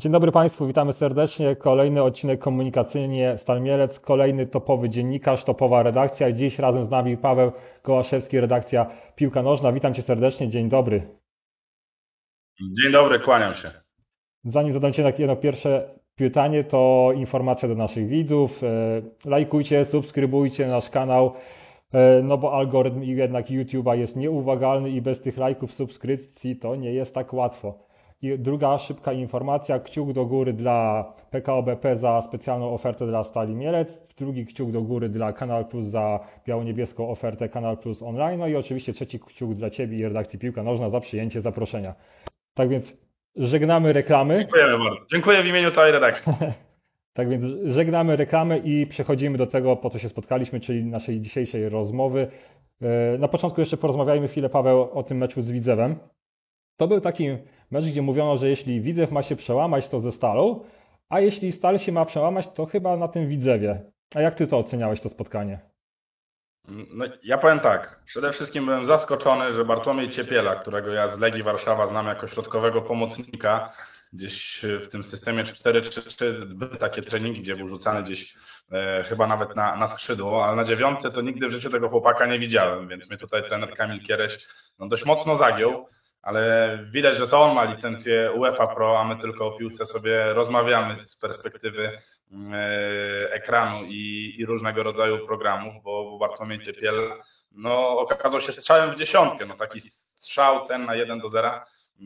Dzień dobry Państwu, witamy serdecznie. Kolejny odcinek Komunikacyjnie Stal Mielec, kolejny topowy dziennikarz, topowa redakcja. Dziś razem z nami Paweł Gołaszewski, redakcja Piłka Nożna. Witam Cię serdecznie, dzień dobry. Dzień dobry, kłaniam się. Zanim zadam Ci jedno pierwsze pytanie, to informacja do naszych widzów. Lajkujcie, subskrybujcie nasz kanał, no bo algorytm jednak YouTube'a jest nieuwagalny i bez tych lajków, subskrypcji to nie jest tak łatwo. I druga szybka informacja, kciuk do góry dla PKO BP za specjalną ofertę dla Stali Mielec, drugi kciuk do góry dla Kanal Plus za biało-niebieską ofertę Kanal Plus Online, no i oczywiście trzeci kciuk dla Ciebie i redakcji Piłka Nożna za przyjęcie zaproszenia. Tak więc żegnamy reklamy. Dziękujemy bardzo. Dziękuję w imieniu całej redakcji. Tak więc żegnamy reklamy i przechodzimy do tego, po co się spotkaliśmy, czyli naszej dzisiejszej rozmowy. Na początku jeszcze porozmawiajmy chwilę, Paweł, o tym meczu z Widzewem. To był taki mecz, gdzie mówiono, że jeśli Widzew ma się przełamać, to ze Stalą, a jeśli Stal się ma przełamać, to chyba na tym Widzewie. A jak ty to oceniałeś, to spotkanie? No, ja powiem tak, przede wszystkim byłem zaskoczony, że Bartłomiej Ciepiela, którego ja z Legii Warszawa znam jako środkowego pomocnika, gdzieś w tym systemie 4-3-3 były takie treningi, gdzie był rzucany gdzieś chyba nawet na skrzydło, ale na dziewiątce to nigdy w życiu tego chłopaka nie widziałem, więc mnie tutaj trener Kamil Kiereś dość mocno zagiął, ale widać, że to on ma licencję UEFA Pro, a my tylko o piłce sobie rozmawiamy z perspektywy ekranu i różnego rodzaju programów, bo Bartłomiej Ciepiel okazał się strzałem w dziesiątkę. Taki strzał ten na 1-0,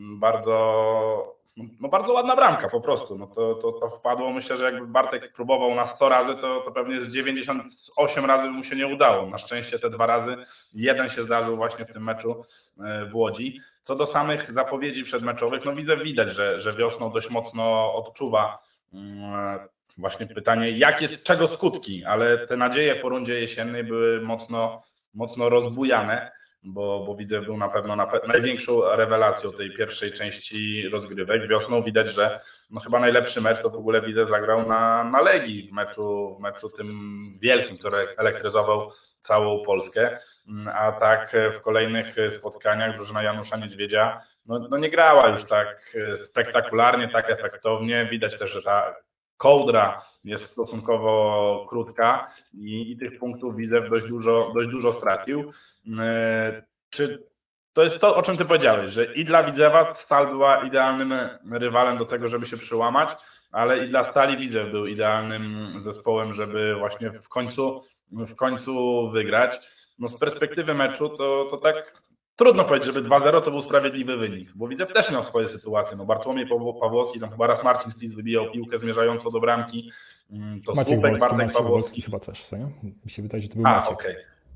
bardzo ładna bramka po prostu. To wpadło, myślę, że jakby Bartek próbował na 100 razy, to pewnie z 98 razy by mu się nie udało. Na szczęście te 2 razy, jeden się zdarzył właśnie w tym meczu w Łodzi. Co do samych zapowiedzi przedmeczowych, widać, że wiosną dość mocno odczuwa. Właśnie pytanie, czego skutki, ale te nadzieje po rundzie jesiennej były mocno rozbujane, bo Widzew był na pewno największą rewelacją tej pierwszej części rozgrywek. Wiosną widać, że chyba najlepszy mecz to w ogóle Widzew zagrał na Legii w meczu tym wielkim, który elektryzował całą Polskę, a tak w kolejnych spotkaniach drużyna Janusza Niedźwiedzia nie grała już tak spektakularnie, tak efektownie. Widać też, że ta kołdra jest stosunkowo krótka i tych punktów Widzew dość dużo stracił. Czy to jest to, o czym ty powiedziałeś, że i dla Widzewa Stal była idealnym rywalem do tego, żeby się przełamać, ale i dla Stali Widzew był idealnym zespołem, żeby właśnie w końcu wygrać. Z perspektywy meczu to tak trudno powiedzieć, żeby 2-0 to był sprawiedliwy wynik, bo Widzew też miał swoje sytuacje. Bartłomiej Pawłowski, tam chyba raz Marcin Flis wybijał piłkę zmierzającą do bramki, to Maciek Słupek, Wolski, Bartek Pawłowski chyba też, co nie? Mi się wydaje, że to był Maciek. Okej.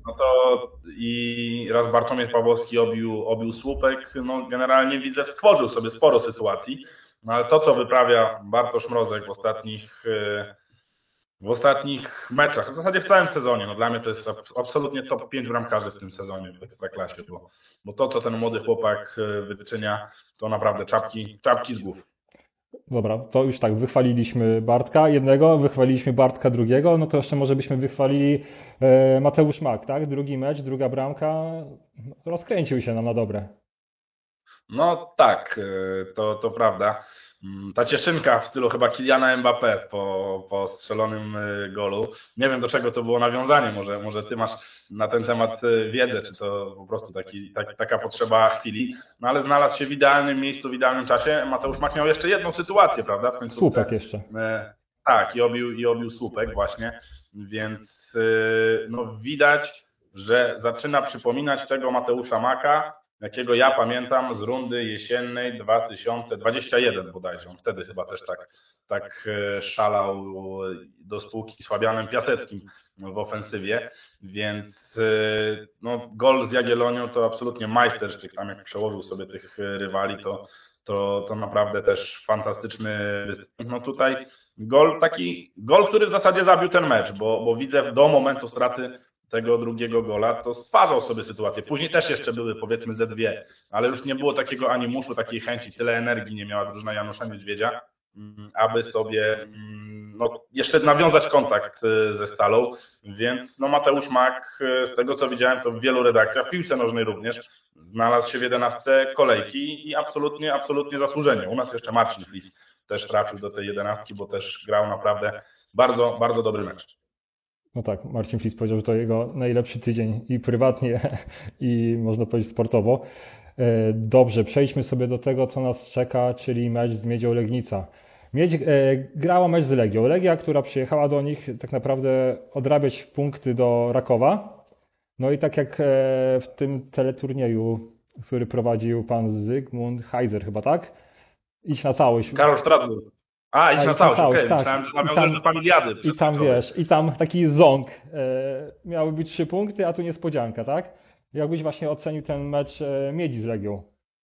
I raz Bartłomiej Pawłowski obił słupek. Generalnie Widzew stworzył sobie sporo sytuacji, ale to, co wyprawia Bartosz Mrozek w ostatnich meczach, w zasadzie w całym sezonie, dla mnie to jest absolutnie top 5 bramkarzy w tym sezonie w Ekstraklasie, bo to, co ten młody chłopak wyczynia, to naprawdę czapki z głów. Dobra, to już tak, wychwaliliśmy Bartka jednego, wychwaliliśmy Bartka drugiego, no to jeszcze może byśmy wychwalili Mateusz Mak, tak? Drugi mecz, druga bramka, rozkręcił się nam na dobre. Tak, to prawda. Ta cieszynka w stylu chyba Kyliana Mbappé po strzelonym golu. Nie wiem, do czego to było nawiązanie. Może ty masz na ten temat wiedzę, czy to po prostu taka potrzeba chwili. Ale znalazł się w idealnym miejscu, w idealnym czasie. Mateusz Mak miał jeszcze jedną sytuację, prawda? W końcówce. Słupek jeszcze. Tak, i obił słupek właśnie. Więc widać, że zaczyna przypominać tego Mateusza Maka, jakiego ja pamiętam z rundy jesiennej 2021 bodajże. On wtedy chyba też tak szalał do spółki z Fabianem Piaseckim w ofensywie, więc gol z Jagiellonią to absolutnie majstersztyk, tam jak przełożył sobie tych rywali, to naprawdę też fantastyczny występ. Tutaj gol, który w zasadzie zabił ten mecz, bo widzę do momentu straty tego drugiego gola, to stwarzał sobie sytuację. Później też jeszcze były powiedzmy ze dwie, ale już nie było takiego animuszu, takiej chęci, tyle energii nie miała drużyna Janusza Niedźwiedzia, aby sobie jeszcze nawiązać kontakt ze Stalą, więc Mateusz Mak, z tego co widziałem, to w wielu redakcjach, w piłce nożnej również, znalazł się w 11 kolejki i absolutnie zasłużenie. U nas jeszcze Marcin Flis też trafił do tej 11, bo też grał naprawdę bardzo, bardzo dobry mecz. No tak, Marcin Flis powiedział, że to jego najlepszy tydzień i prywatnie, i można powiedzieć sportowo. Dobrze, przejdźmy sobie do tego, co nas czeka, czyli mecz z Miedzią Legnica. Miedź grała mecz z Legią. Legia, która przyjechała do nich tak naprawdę odrabiać punkty do Rakowa. No i tak jak w tym teleturnieju, który prowadził pan Zygmunt Heiser chyba, tak? Idź na całość. Karol Stradbur. Idź na całość, okej. tak. Myślałem, że nawiązujesz do familiady. I tam wiesz, i tam taki ząg. Miały być 3 punkty, a tu niespodzianka, tak? Jakbyś właśnie ocenił ten mecz Miedzi z Legią?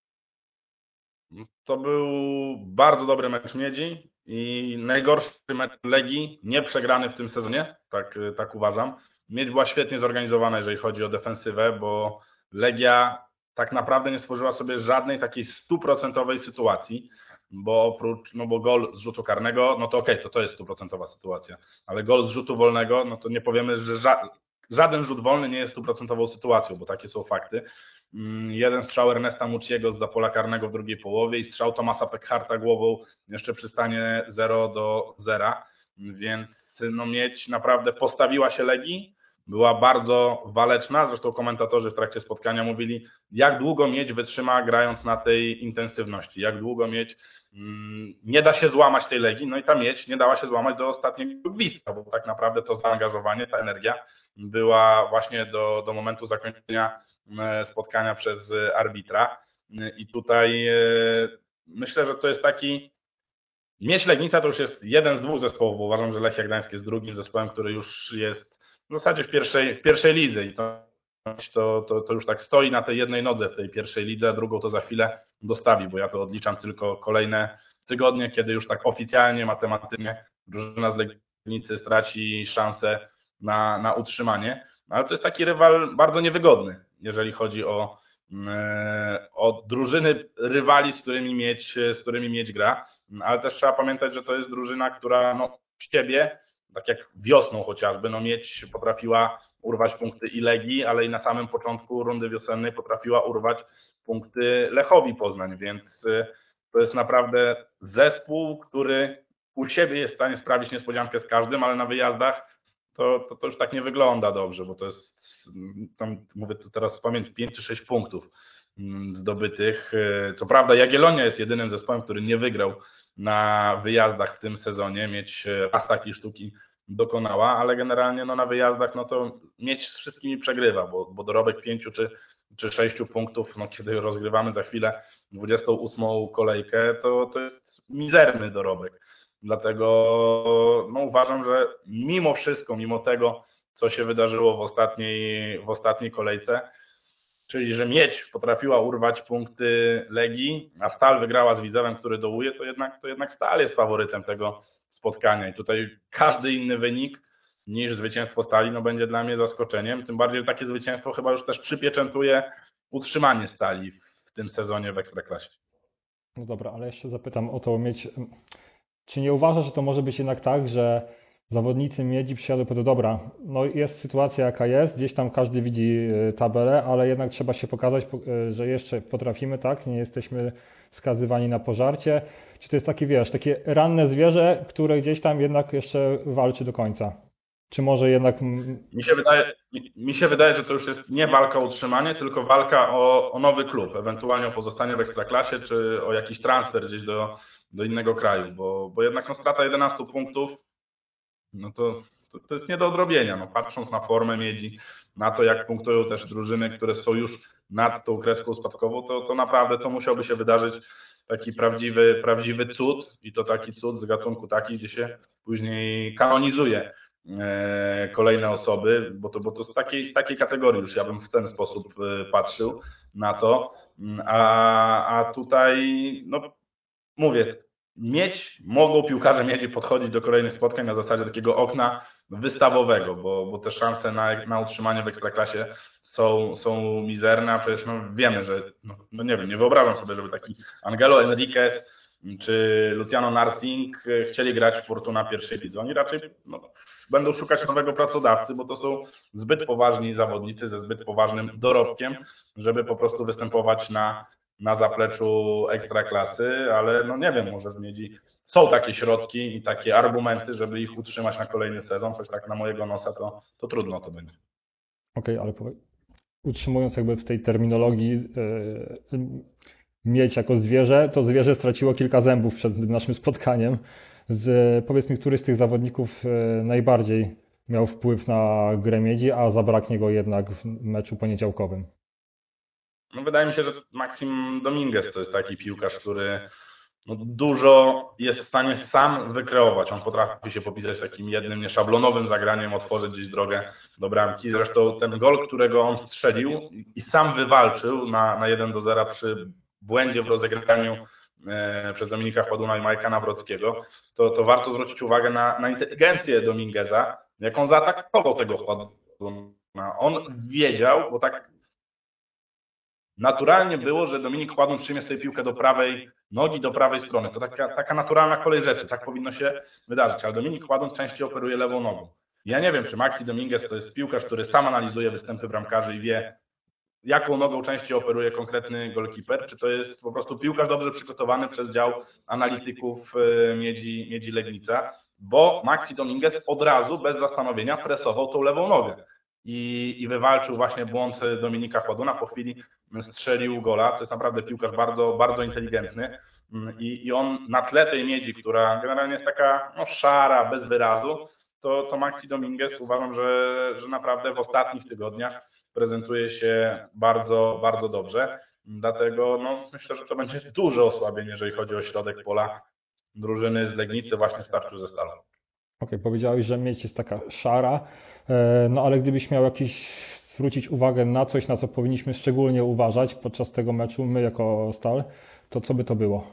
To był bardzo dobry mecz Miedzi i najgorszy mecz Legii, nie przegrany w tym sezonie, tak uważam. Miedź była świetnie zorganizowana, jeżeli chodzi o defensywę, bo Legia tak naprawdę nie stworzyła sobie żadnej takiej 100% sytuacji, bo bo gol z rzutu karnego, no to okej, to jest 100% sytuacja, ale gol z rzutu wolnego, no to nie powiemy, że żaden rzut wolny nie jest 100% sytuacją, bo takie są fakty. Jeden strzał Ernesta Muciego z pola karnego w drugiej połowie i strzał Tomasa Pekharta głową jeszcze przy stanie 0-0, więc no Miedź naprawdę postawiła się Legii, była bardzo waleczna, zresztą komentatorzy w trakcie spotkania mówili, jak długo Miedź wytrzyma grając na tej intensywności, jak długo Miedź nie da się złamać tej Legii, no i ta Miedź nie dała się złamać do ostatniego gwizdka, bo tak naprawdę to zaangażowanie, ta energia była właśnie do momentu zakończenia spotkania przez arbitra i tutaj myślę, że to jest taki Miedź Legnica to już jest jeden z 2 zespołów, bo uważam, że Lechia Gdańsk jest drugim zespołem, który już jest w zasadzie w pierwszej lidze i to już tak stoi na tej jednej nodze w tej pierwszej lidze, a drugą to za chwilę dostawi, bo ja to odliczam tylko kolejne tygodnie, kiedy już tak oficjalnie, matematycznie drużyna z Legnicy straci szansę na utrzymanie, ale to jest taki rywal bardzo niewygodny, jeżeli chodzi o drużyny rywali, z którymi Miedź gra, ale też trzeba pamiętać, że to jest drużyna, która no, w siebie, tak jak wiosną chociażby, no Miedź potrafiła urwać punkty i Legii, ale i na samym początku rundy wiosennej potrafiła urwać punkty Lechowi Poznań, więc to jest naprawdę zespół, który u siebie jest w stanie sprawić niespodziankę z każdym, ale na wyjazdach to już tak nie wygląda dobrze, bo to jest, tam mówię to teraz z pamięci, 5 czy 6 punktów zdobytych. Co prawda Jagiellonia jest jedynym zespołem, który nie wygrał na wyjazdach w tym sezonie, mieć aż takiej sztuki dokonała, ale generalnie no, na wyjazdach no to mieć z wszystkimi przegrywa, bo dorobek 5 czy 6 punktów, no, kiedy rozgrywamy za chwilę 28 kolejkę, to jest mizerny dorobek. Dlatego no, uważam, że mimo wszystko, mimo tego, co się wydarzyło w ostatniej kolejce, czyli że Miedź potrafiła urwać punkty Legii, a Stal wygrała z Widzewem, który dołuje, to jednak Stal jest faworytem tego spotkania i tutaj każdy inny wynik niż zwycięstwo Stali no będzie dla mnie zaskoczeniem, tym bardziej, że takie zwycięstwo chyba już też przypieczętuje utrzymanie Stali w tym sezonie w Ekstraklasie. No dobra, ale jeszcze zapytam o to, czy nie uważasz, że to może być jednak tak, że zawodnicy Miedzi przyjadą po to, dobra, no jest sytuacja jaka jest, gdzieś tam każdy widzi tabelę, ale jednak trzeba się pokazać, że jeszcze potrafimy, tak, nie jesteśmy skazywani na pożarcie. Czy to jest takie, wiesz, takie ranne zwierzę, które gdzieś tam jednak jeszcze walczy do końca? Czy może jednak... Mi się wydaje, że to już jest nie walka o utrzymanie, tylko walka o nowy klub, ewentualnie o pozostanie w Ekstraklasie, czy o jakiś transfer gdzieś do innego kraju, bo jednak no, strata 11 punktów, no to jest nie do odrobienia. No, patrząc na formę Miedzi, na to jak punktują też drużyny, które są już nad tą kreską spadkową, to naprawdę to musiałby się wydarzyć taki prawdziwy cud i to taki cud z gatunku taki, gdzie się później kanonizuje kolejne osoby, bo to z takiej kategorii już ja bym w ten sposób patrzył na to, a tutaj no mówię, mogą piłkarze Miedzi podchodzić do kolejnych spotkań na zasadzie takiego okna wystawowego, bo te szanse na utrzymanie w Ekstraklasie są mizerne, a przecież no wiemy, że no nie wiem, nie wyobrażam sobie, żeby taki Angelo Enriquez czy Luciano Narsing chcieli grać w Fortuna pierwszej lidze. Oni raczej będą szukać nowego pracodawcy, bo to są zbyt poważni zawodnicy ze zbyt poważnym dorobkiem, żeby po prostu występować na zapleczu Ekstraklasy, ale no nie wiem, może w Miedzi są takie środki i takie argumenty, żeby ich utrzymać na kolejny sezon, choć tak na mojego nosa to trudno to będzie. Okej, ale utrzymując jakby w tej terminologii Miedź jako zwierzę, to zwierzę straciło kilka zębów przed naszym spotkaniem. Powiedz mi, który z tych zawodników najbardziej miał wpływ na grę Miedzi, a zabraknie go jednak w meczu poniedziałkowym? No wydaje mi się, że Maxim Dominguez to jest taki piłkarz, który no dużo jest w stanie sam wykreować. On potrafi się popisać takim jednym nieszablonowym zagraniem, otworzyć gdzieś drogę do bramki. Zresztą ten gol, którego on strzelił i sam wywalczył na 1-0 przy błędzie w rozegraniu przez Dominika Chładuna i Majka Nawrockiego, to warto zwrócić uwagę na inteligencję Domingueza, jak on zaatakował tego Chładuna. On wiedział, bo tak naturalnie było, że Dominik Chładun przyjmie sobie piłkę do prawej nogi, do prawej strony. To taka naturalna kolej rzeczy. Tak powinno się wydarzyć. Ale Dominik Chładun częściej operuje lewą nogą. Ja nie wiem, czy Maxi Dominguez to jest piłkarz, który sam analizuje występy bramkarzy i wie, jaką nogą częściej operuje konkretny golkiper, czy to jest po prostu piłkarz dobrze przygotowany przez dział analityków Miedzi Legnica, bo Maxi Dominguez od razu, bez zastanowienia, presował tą lewą nogę. I wywalczył właśnie błąd Dominika Chładuna. Po chwili strzelił gola. To jest naprawdę piłkarz bardzo, bardzo inteligentny. I on na tle tej Miedzi, która generalnie jest taka no, szara, bez wyrazu, to Maxi Dominguez uważam, że naprawdę w ostatnich tygodniach prezentuje się bardzo, bardzo dobrze. Dlatego no, myślę, że to będzie duże osłabienie, jeżeli chodzi o środek pola drużyny z Legnicy właśnie w starciu ze Stalą. Okej, powiedziałeś, że Miedź jest taka szara, no ale gdybyś miał zwrócić uwagę na coś, na co powinniśmy szczególnie uważać podczas tego meczu, my jako Stal, to co by to było?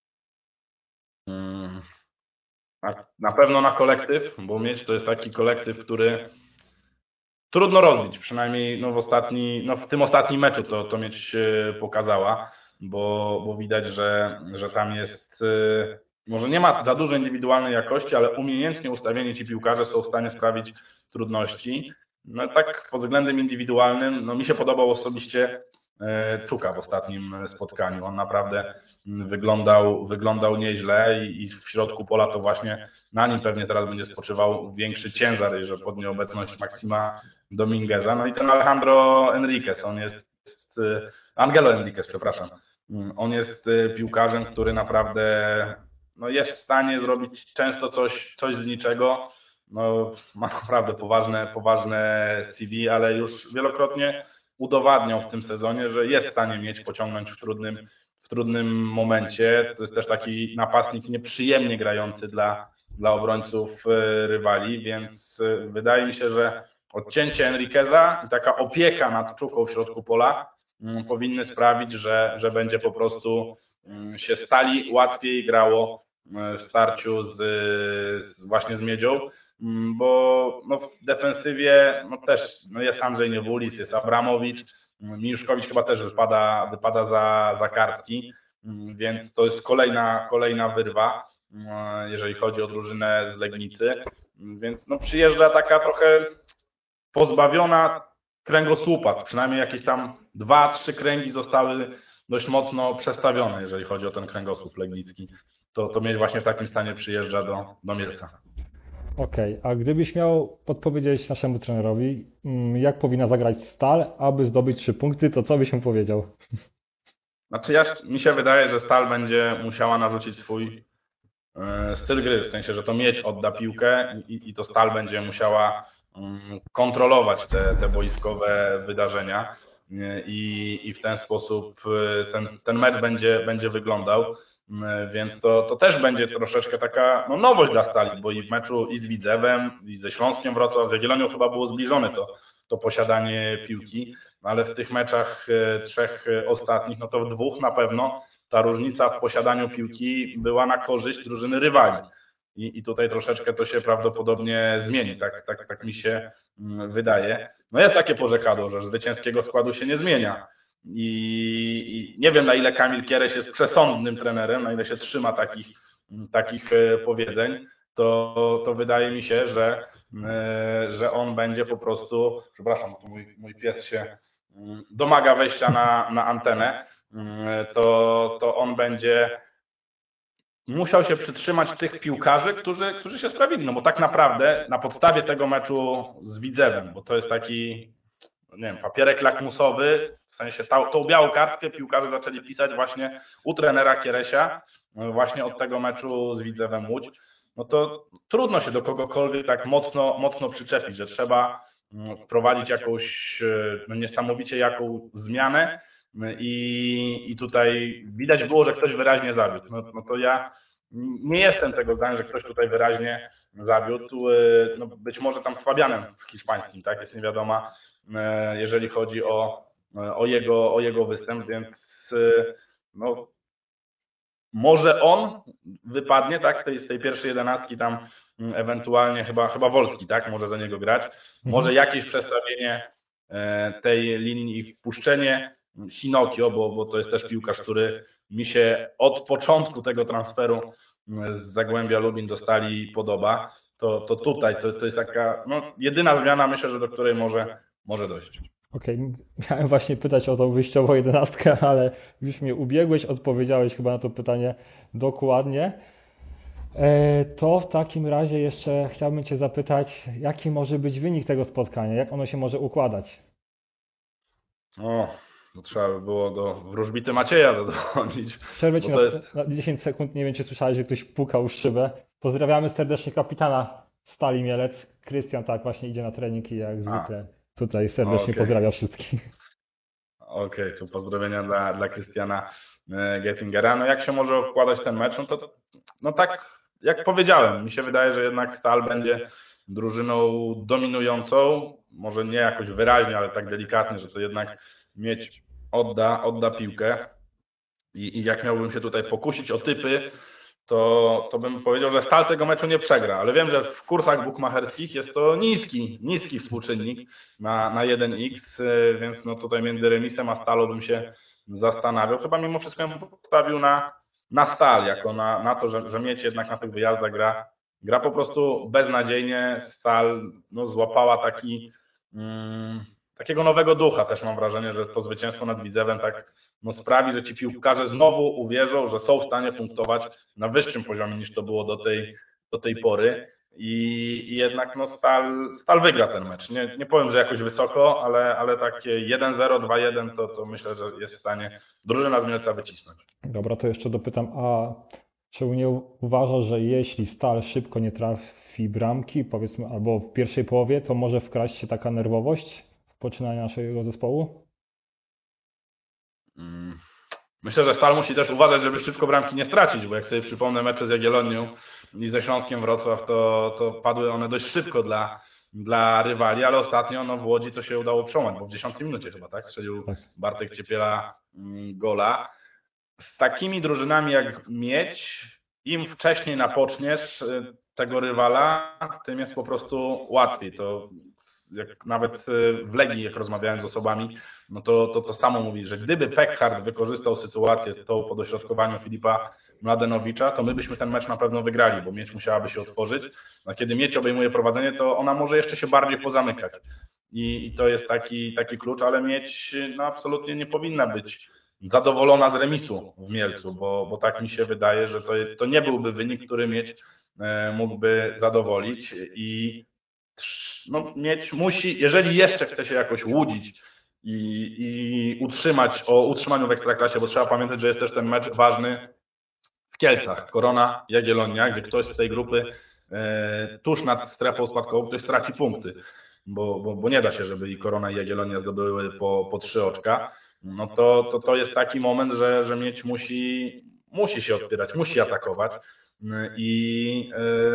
Na pewno na kolektyw, bo Miedź to jest taki kolektyw, który trudno rozbić, przynajmniej no w tym ostatnim meczu to Miedź pokazała, bo widać, że tam jest, może nie ma za dużo indywidualnej jakości, ale umiejętnie ustawieni ci piłkarze są w stanie sprawić trudności. No tak pod względem indywidualnym, no mi się podobał osobiście Czuka w ostatnim spotkaniu. On naprawdę wyglądał nieźle i w środku pola to właśnie na nim pewnie teraz będzie spoczywał większy ciężar, jeżeli pod nieobecność Maxima Domingueza. No i ten Alejandro Enriquez, Angelo Enriquez, przepraszam. On jest piłkarzem, który naprawdę no jest w stanie zrobić często coś z niczego. No, ma naprawdę poważne CV, ale już wielokrotnie udowadniał w tym sezonie, że jest w stanie mieć, pociągnąć w trudnym momencie. To jest też taki napastnik nieprzyjemnie grający dla obrońców rywali, więc wydaje mi się, że odcięcie Enriqueza i taka opieka nad Czuką w środku pola powinny sprawić, że będzie po prostu się Stali łatwiej grało w starciu właśnie z Miedzią, bo no w defensywie no też no jest Andrzej Niewulis, jest Abramowicz, Mijuszkowicz chyba też wypada za kartki, więc to jest kolejna wyrwa, jeżeli chodzi o drużynę z Legnicy, więc no przyjeżdża taka trochę pozbawiona kręgosłupa, przynajmniej jakieś tam 2-3 kręgi zostały dość mocno przestawione, jeżeli chodzi o ten kręgosłup legnicki. To Miedź właśnie w takim stanie przyjeżdża do Mielca. Okej, a gdybyś miał podpowiedzieć naszemu trenerowi, jak powinna zagrać Stal, aby zdobyć 3 punkty, to co byś mu powiedział? Znaczy mi się wydaje, że Stal będzie musiała narzucić swój styl gry, w sensie, że to Miedź odda piłkę i to Stal będzie musiała kontrolować te boiskowe wydarzenia i w ten sposób ten mecz będzie wyglądał. Więc to też będzie troszeczkę taka no, nowość dla Stali, bo i w meczu i z Widzewem, i ze Śląskiem Wrocław, z Jagiellonią chyba było zbliżone to posiadanie piłki, ale w tych meczach 3 ostatnich, no to w 2 na pewno ta różnica w posiadaniu piłki była na korzyść drużyny rywali. I tutaj troszeczkę to się prawdopodobnie zmieni, tak mi się wydaje. No jest takie porzekadło, że zwycięskiego składu się nie zmienia. I nie wiem, na ile Kamil Kiereś jest przesądnym trenerem, na ile się trzyma takich powiedzeń, to wydaje mi się, że on będzie po prostu, przepraszam, tu mój pies się domaga wejścia na antenę, to on będzie musiał się przytrzymać tych piłkarzy, którzy się sprawili. No bo tak naprawdę na podstawie tego meczu z Widzewem, bo to jest taki, nie wiem, papierek lakmusowy, w sensie tą białą kartkę piłkarze zaczęli pisać właśnie u trenera Kieresia, właśnie od tego meczu z Widzewem Łódź. No to trudno się do kogokolwiek tak mocno przyczepić, że trzeba wprowadzić jakąś niesamowicie jaką zmianę i tutaj widać było, że ktoś wyraźnie zawiódł. No to ja nie jestem tego zdania, że ktoś tutaj wyraźnie zawiódł. No być może tam z Fabianem hiszpańskim, tak, jest niewiadoma, jeżeli chodzi o jego występ, więc no, może on wypadnie, tak, z tej pierwszej 11 tam ewentualnie chyba Wolski, tak, może za niego grać. Może jakieś przestawienie tej linii i wpuszczenie Hinokio, bo to jest też piłkarz, który mi się od początku tego transferu z Zagłębia Lubin dostali podoba. To tutaj to jest taka jedyna zmiana, myślę, że do której może dojść. Okej, miałem właśnie pytać o tą wyjściową 11, ale już mnie ubiegłeś, odpowiedziałeś chyba na to pytanie dokładnie. To w takim razie jeszcze chciałbym Cię zapytać, jaki może być wynik tego spotkania, jak ono się może układać? To trzeba by było do wróżbity Macieja zadzwonić. Przerwę Ci na 10 sekund, nie wiem czy słyszałeś, że ktoś pukał w szybę. Pozdrawiamy serdecznie kapitana Stali Mielec. Krystian tak właśnie idzie na trening i jak zwykle tutaj serdecznie pozdrawia wszystkich. Okej, to pozdrowienia dla Krystiana Gettingera. No jak się może układać ten mecz? No tak jak powiedziałem, mi się wydaje, że jednak Stal będzie drużyną dominującą, może nie jakoś wyraźnie, ale tak delikatnie, że to jednak Miedź odda piłkę i jak miałbym się tutaj pokusić o typy, to bym powiedział, że Stal tego meczu nie przegra, ale wiem, że w kursach bukmacherskich jest to niski współczynnik na 1x, więc no tutaj między remisem a Stalą bym się zastanawiał. Chyba mimo wszystko bym postawił na Stal, jako na to, że Miedź jednak na tych wyjazdach gra po prostu beznadziejnie. Stal złapała takiego nowego ducha, też mam wrażenie, że to zwycięstwo nad Widzewem tak sprawi, że ci piłkarze znowu uwierzą, że są w stanie punktować na wyższym poziomie niż to było do tej pory i jednak Stal wygra ten mecz. Nie powiem, że jakoś wysoko, ale takie 1-0, 2-1 to myślę, że jest w stanie drużyna z Mielca wycisnąć. Dobra, to jeszcze dopytam, a czy nie uważasz, że jeśli Stal szybko nie trafi bramki, powiedzmy, albo w pierwszej połowie, to może wkraść się taka nerwowość w poczynaniu naszego zespołu? Myślę, że Stal musi też uważać, żeby szybko bramki nie stracić, bo jak sobie przypomnę mecze z Jagiellonią i ze Śląskiem Wrocław, to padły one dość szybko dla rywali, ale ostatnio w Łodzi to się udało przełamać, bo w 10 minucie chyba, tak? Strzelił Bartek Ciepiela gola. Z takimi drużynami jak Miedź, im wcześniej napoczniesz tego rywala, tym jest po prostu łatwiej. To jak nawet w Legii, jak rozmawiałem z osobami, to samo mówi, że gdyby Pekhard wykorzystał sytuację tą po dośrodkowaniu Filipa Mladenowicza, to my byśmy ten mecz na pewno wygrali, bo Miedź musiałaby się otworzyć. A kiedy Miedź obejmuje prowadzenie, to ona może jeszcze się bardziej pozamykać. I to jest taki klucz, ale Miedź absolutnie nie powinna być zadowolona z remisu w Mielcu, bo tak mi się wydaje, że to nie byłby wynik, który Miedź mógłby zadowolić i Miedź musi, jeżeli jeszcze chce się jakoś łudzić i utrzymać o utrzymaniu w Ekstraklasie, bo trzeba pamiętać, że jest też ten mecz ważny w Kielcach, Korona, Jagiellonia, gdzie ktoś z tej grupy tuż nad strefą spadkową ktoś straci punkty, bo nie da się, żeby i Korona i Jagiellonia zdobyły po 3 oczka. To jest taki moment, że Miedź musi się otwierać, musi atakować i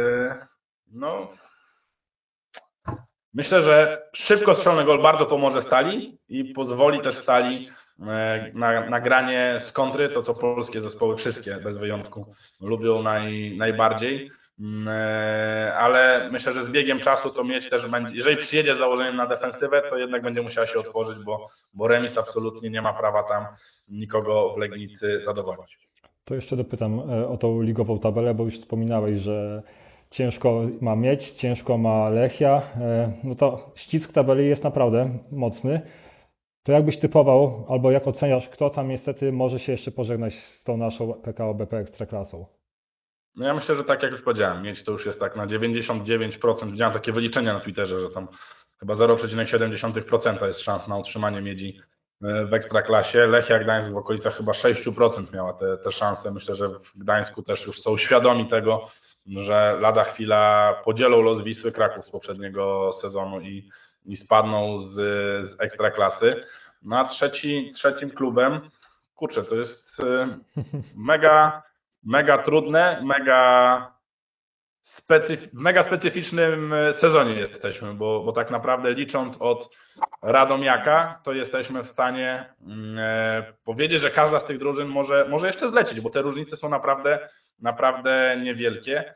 myślę, że szybko strzelony gol bardzo pomoże Stali i pozwoli też Stali na granie z kontry, to co polskie zespoły wszystkie bez wyjątku lubią najbardziej. Ale myślę, że z biegiem czasu to Miedź też będzie, jeżeli przyjedzie z założeniem na defensywę, to jednak będzie musiała się otworzyć, bo remis absolutnie nie ma prawa tam nikogo w Legnicy zadowolić. To jeszcze dopytam o tą ligową tabelę, bo już wspominałeś, że ciężko ma Miedź, ciężko ma Lechia. No to ścisk tabeli jest naprawdę mocny. To jakbyś typował, albo jak oceniasz, kto tam niestety może się jeszcze pożegnać z tą naszą PKO BP Ekstraklasą? No ja myślę, że tak jak już powiedziałem, mieć to już jest tak na 99%. Widziałem takie wyliczenia na Twitterze, że tam chyba 0,7% jest szans na utrzymanie miedzi w Ekstraklasie. Lechia Gdańsk w okolicach chyba 6% miała te szanse. Myślę, że w Gdańsku też już są świadomi tego, że lada chwila podzielą los Wisły Kraków z poprzedniego sezonu i spadną z Ekstraklasy. No a trzecim klubem, kurczę, to jest mega trudne, w mega specyficznym sezonie jesteśmy, bo tak naprawdę licząc od Radomiaka, to jesteśmy w stanie powiedzieć, że każda z tych drużyn może jeszcze zlecieć, bo te różnice są naprawdę niewielkie.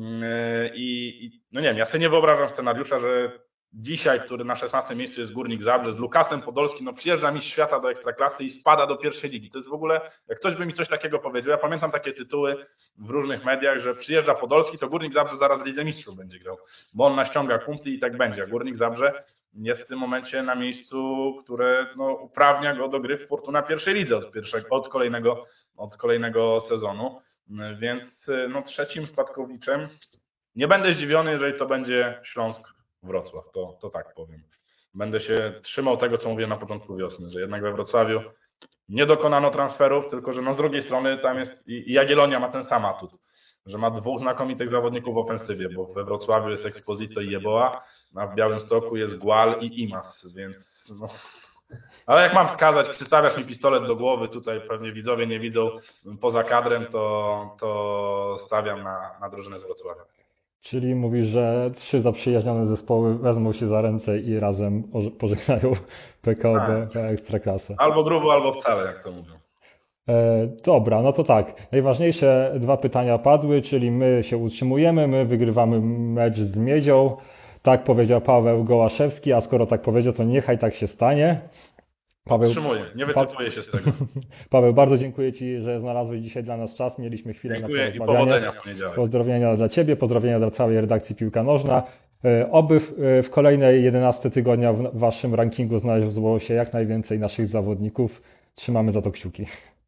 I no nie wiem, ja sobie nie wyobrażam scenariusza, że dzisiaj, który na 16 miejscu jest Górnik Zabrze, z Lukasem Podolskim, no przyjeżdża mistrz świata do Ekstraklasy i spada do pierwszej ligi. To jest w ogóle, jak ktoś by mi coś takiego powiedział, ja pamiętam takie tytuły w różnych mediach, że przyjeżdża Podolski, to Górnik Zabrze zaraz w Lidze Mistrzów będzie grał, bo on naściąga kumpli i tak będzie. A Górnik Zabrze jest w tym momencie na miejscu, które no, uprawnia go do gry w Fortuna pierwszej lidze od kolejnego sezonu. Więc no, trzecim spadkowiczem nie będę zdziwiony, jeżeli to będzie Śląsk Wrocław, to tak powiem. Będę się trzymał tego, co mówiłem na początku wiosny, że jednak we Wrocławiu nie dokonano transferów, tylko że no z drugiej strony tam jest i Jagiellonia ma ten sam atut, że ma dwóch znakomitych zawodników w ofensywie, bo we Wrocławiu jest Exposito i Jeboa, a w Białymstoku jest Gual i Imas, więc no. Ale jak mam wskazać, przystawiasz mi pistolet do głowy, tutaj pewnie widzowie nie widzą poza kadrem, to stawiam na drużynę z Wrocławia. Czyli mówisz, że 3 zaprzyjaźnione zespoły wezmą się za ręce i razem pożegnają PKO BP Ekstraklasę. Albo grubo, albo wcale, jak to mówią. Dobra, no to tak. Najważniejsze 2 pytania padły, czyli my się utrzymujemy, my wygrywamy mecz z Miedzią. Tak powiedział Paweł Gołaszewski, a skoro tak powiedział, to niechaj tak się stanie. Paweł, utrzymuję, nie wycofuję się z tego. Paweł, bardzo dziękuję Ci, że znalazłeś dzisiaj dla nas czas. Mieliśmy chwilę dziękuję na porozmawianie. I powodzenia w poniedziałek. Pozdrowienia dla Ciebie, pozdrowienia dla całej redakcji Piłka Nożna. Oby w kolejnej 11 tygodnia w Waszym rankingu znalazło się jak najwięcej naszych zawodników. Trzymamy za to kciuki.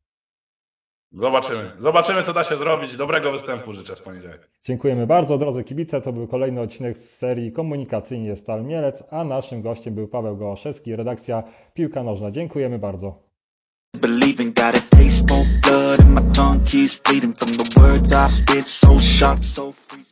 Zobaczymy, co da się zrobić. Dobrego występu życzę w poniedziałek. Dziękujemy bardzo, drodzy kibice. To był kolejny odcinek z serii Komunikacyjnie Stal Mielec, a naszym gościem był Paweł Gołaszewski, redakcja Piłka Nożna. Dziękujemy bardzo. Believing got a taste for blood and my tongue keeps bleeding from the words I spit, so sharp, so free.